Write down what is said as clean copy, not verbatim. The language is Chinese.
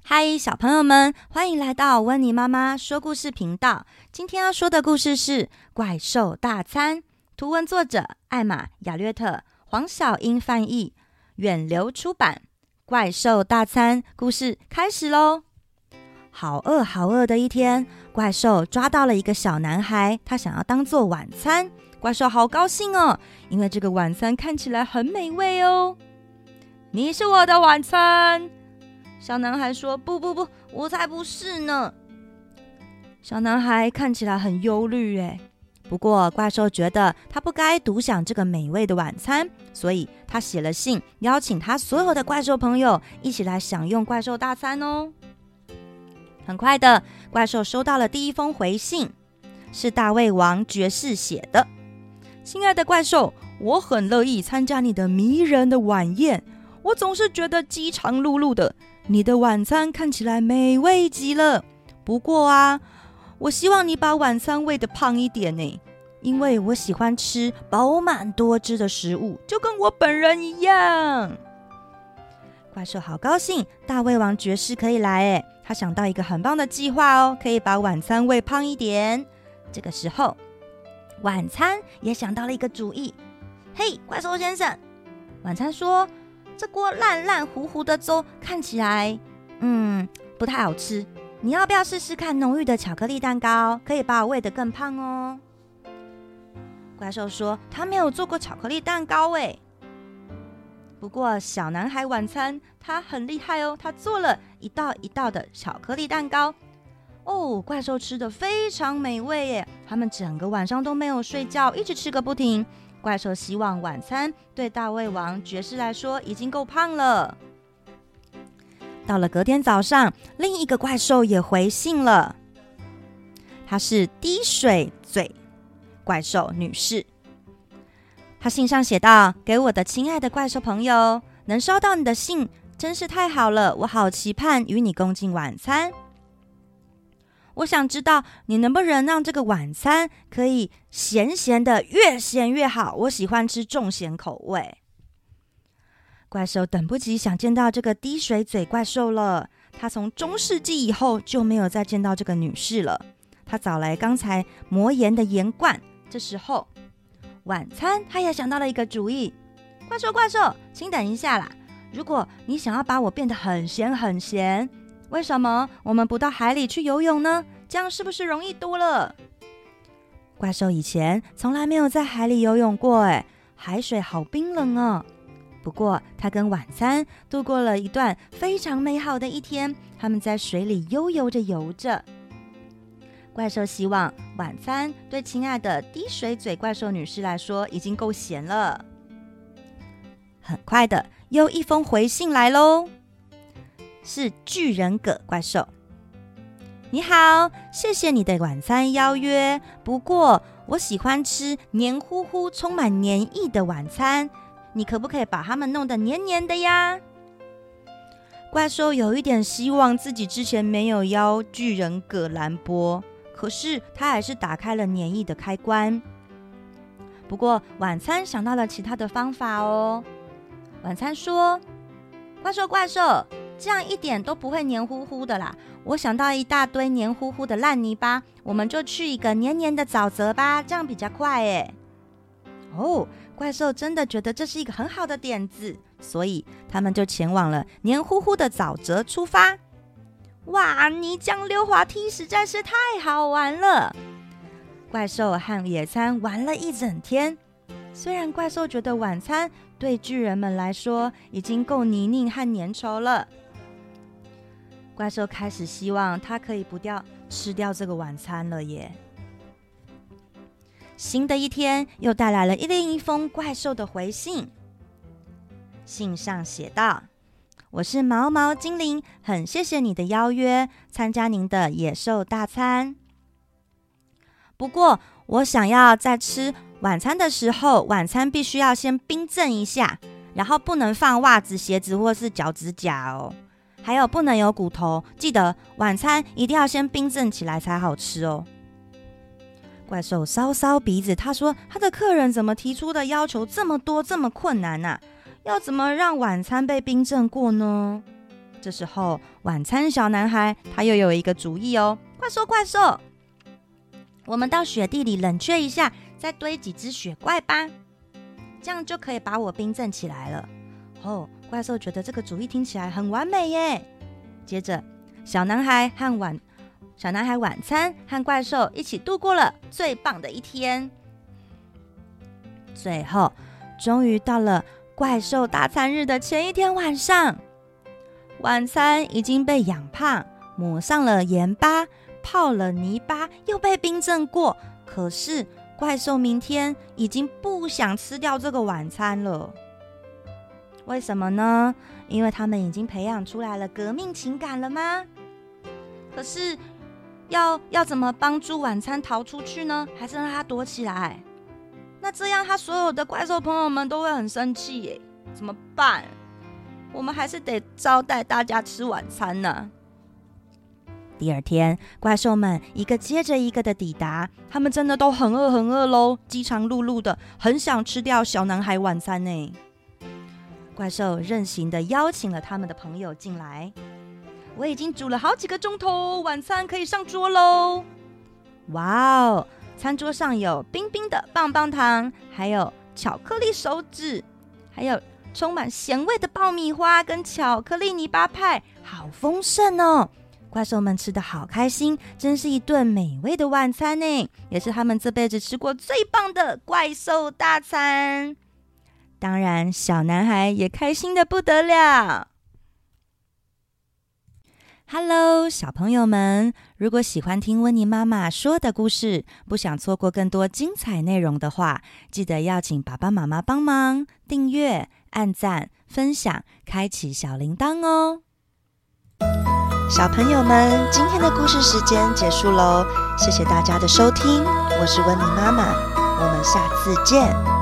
嗨，小朋友们，欢迎来到温妮妈妈说故事频道。今天要说的故事是《怪兽大餐》，图文作者艾玛·雅略特，黄小英翻译，远流出版。怪兽大餐故事开始咯。好饿好饿的一天，怪兽抓到了一个小男孩，他想要当做晚餐。怪兽好高兴哦，因为这个晚餐看起来很美味哦。你是我的晚餐。小男孩说：不，我才不是呢。小男孩看起来很忧虑耶。不过怪兽觉得他不该独享这个美味的晚餐，所以他写了信邀请他所有的怪兽朋友一起来享用怪兽大餐哦。很快的，怪兽收到了第一封回信，是大胃王爵士写的。亲爱的怪兽，我很乐意参加你的迷人的晚宴，我总是觉得饥肠辘辘的，你的晚餐看起来美味极了。不过啊，我希望你把晚餐喂得胖一点呢，因为我喜欢吃饱满多汁的食物，就跟我本人一样。怪兽好高兴，大胃王爵士可以来耶，他想到一个很棒的计划哦，可以把晚餐喂胖一点。这个时候，晚餐也想到了一个主意。嘿，怪兽先生，晚餐说，这锅烂烂糊糊的粥看起来不太好吃，你要不要试试看浓郁的巧克力蛋糕，可以把我喂得更胖哦。怪兽说他没有做过巧克力蛋糕耶。不过小男孩晚餐他很厉害哦，他做了一道一道的巧克力蛋糕哦，怪兽吃得非常美味耶，他们整个晚上都没有睡觉，一直吃个不停。怪兽希望晚餐对大胃王爵士来说已经够胖了。到了隔天早上，另一个怪兽也回信了，她是滴水嘴怪兽女士。她信上写道：给我的亲爱的怪兽朋友，能收到你的信真是太好了，我好期盼与你共进晚餐。我想知道你能不能让这个晚餐可以咸咸的，越咸越好，我喜欢吃重咸口味。怪兽等不及想见到这个滴水嘴怪兽了，他从中世纪以后就没有再见到这个女士了。他找来刚才磨盐的盐罐，这时候晚餐他也想到了一个主意。怪兽，请等一下啦，如果你想要把我变得很咸很咸，为什么我们不到海里去游泳呢？这样是不是容易多了？怪兽以前从来没有在海里游泳过耶，海水好冰冷哦。不过他跟晚餐度过了一段非常美好的一天，他们在水里悠游着游着。怪兽希望晚餐对亲爱的滴水嘴怪兽女士来说已经够咸了。很快的，又一封回信来咯，是巨人葛怪兽。你好，谢谢你的晚餐邀约，不过我喜欢吃黏糊糊充满黏液的晚餐，你可不可以把它们弄得黏黏的呀？怪兽有一点希望自己之前没有邀巨人葛兰波，可是他还是打开了黏液的开关。不过晚餐想到了其他的方法哦。晚餐说，怪兽，这样一点都不会黏糊糊的啦，我想到一大堆黏糊糊的烂泥巴，我们就去一个黏黏的沼泽吧，这样比较快耶。哦，怪兽真的觉得这是一个很好的点子，所以他们就前往了黏糊糊的沼泽出发。哇，泥浆溜滑梯实在是太好玩了！怪兽和野餐玩了一整天，虽然怪兽觉得晚餐对巨人们来说已经够泥泞和粘稠了，怪兽开始希望他可以不吃掉这个晚餐了耶。新的一天又带来了另一封怪兽的回信，信上写道：我是毛毛精灵，很谢谢你的邀约，参加您的野兽大餐。不过我想要在吃晚餐的时候，晚餐必须要先冰镇一下，然后不能放袜子、鞋子或是脚趾甲哦，还有不能有骨头，记得晚餐一定要先冰镇起来才好吃哦。怪兽搔搔鼻子，他说他的客人怎么提出的要求这么多这么困难啊，要怎么让晚餐被冰镇过呢？ 这时候晚餐小男孩他又有一个主意哦，怪兽，我们到雪地里冷却一下，再堆几只雪怪吧，这样就可以把我冰镇起来了。怪兽觉得这个主意听起来很完美耶。接着小男孩晚餐和怪兽一起度过了最棒的一天。最后终于到了怪兽大餐日的前一天晚上，晚餐已经被养胖，抹上了盐巴，泡了泥巴，又被冰镇过。可是怪兽明天已经不想吃掉这个晚餐了。为什么呢？因为他们已经培养出来了革命情感了吗？可是要怎么帮助晚餐逃出去呢？还是让他躲起来？那这样他所有的怪兽朋友们都会很生气耶，怎么办？我们还是得招待大家吃晚餐呢。第二天，怪兽们一个接着一个的抵达，他们真的都很饿咯，饥肠辘辘的，很想吃掉小男孩晚餐呢。怪兽任性的邀请了他们的朋友进来，我已经煮了好几个钟头，晚餐可以上桌咯。哇哦，餐桌上有冰冰的棒棒糖，还有巧克力手指，还有充满咸味的爆米花跟巧克力泥巴派，好丰盛哦。怪兽们吃得好开心，真是一顿美味的晚餐呢，也是他们这辈子吃过最棒的怪兽大餐。当然小男孩也开心得不得了。Hello， 小朋友们，如果喜欢听温妮妈妈说的故事，不想错过更多精彩内容的话，记得要请爸爸妈妈帮忙订阅、按赞、分享、开启小铃铛哦。小朋友们，今天的故事时间结束喽，谢谢大家的收听，我是温妮妈妈，我们下次见。